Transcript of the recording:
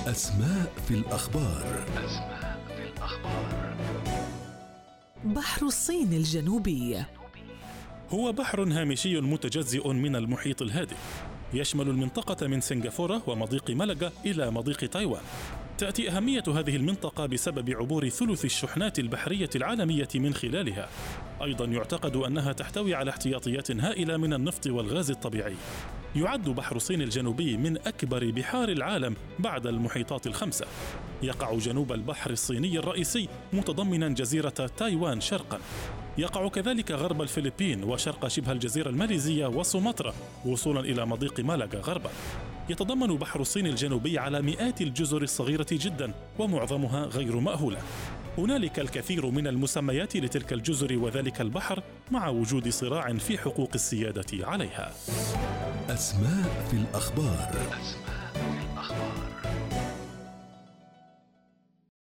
أسماء في الأخبار. بحر الصين الجنوبي هو بحر هامشي متجزئ من المحيط الهادئ، يشمل المنطقة من سنغافورة ومضيق مالاغا إلى مضيق تايوان. تأتي أهمية هذه المنطقة بسبب عبور ثلث الشحنات البحرية العالمية من خلالها. أيضا يعتقد أنها تحتوي على احتياطيات هائلة من النفط والغاز الطبيعي. يعد بحر الصين الجنوبي من أكبر بحار العالم بعد المحيطات الخمسة. يقع جنوب البحر الصيني الرئيسي متضمنا جزيرة تايوان شرقا. يقع كذلك غرب الفلبين وشرق شبه الجزيرة الماليزية وسومطرة وصولا إلى مضيق مالاغا غربا. يتضمن بحر الصين الجنوبي على مئات الجزر الصغيرة جدا ومعظمها غير مأهولة. هنالك الكثير من المسميات لتلك الجزر وذلك البحر مع وجود صراع في حقوق السيادة عليها. أسماء في الأخبار.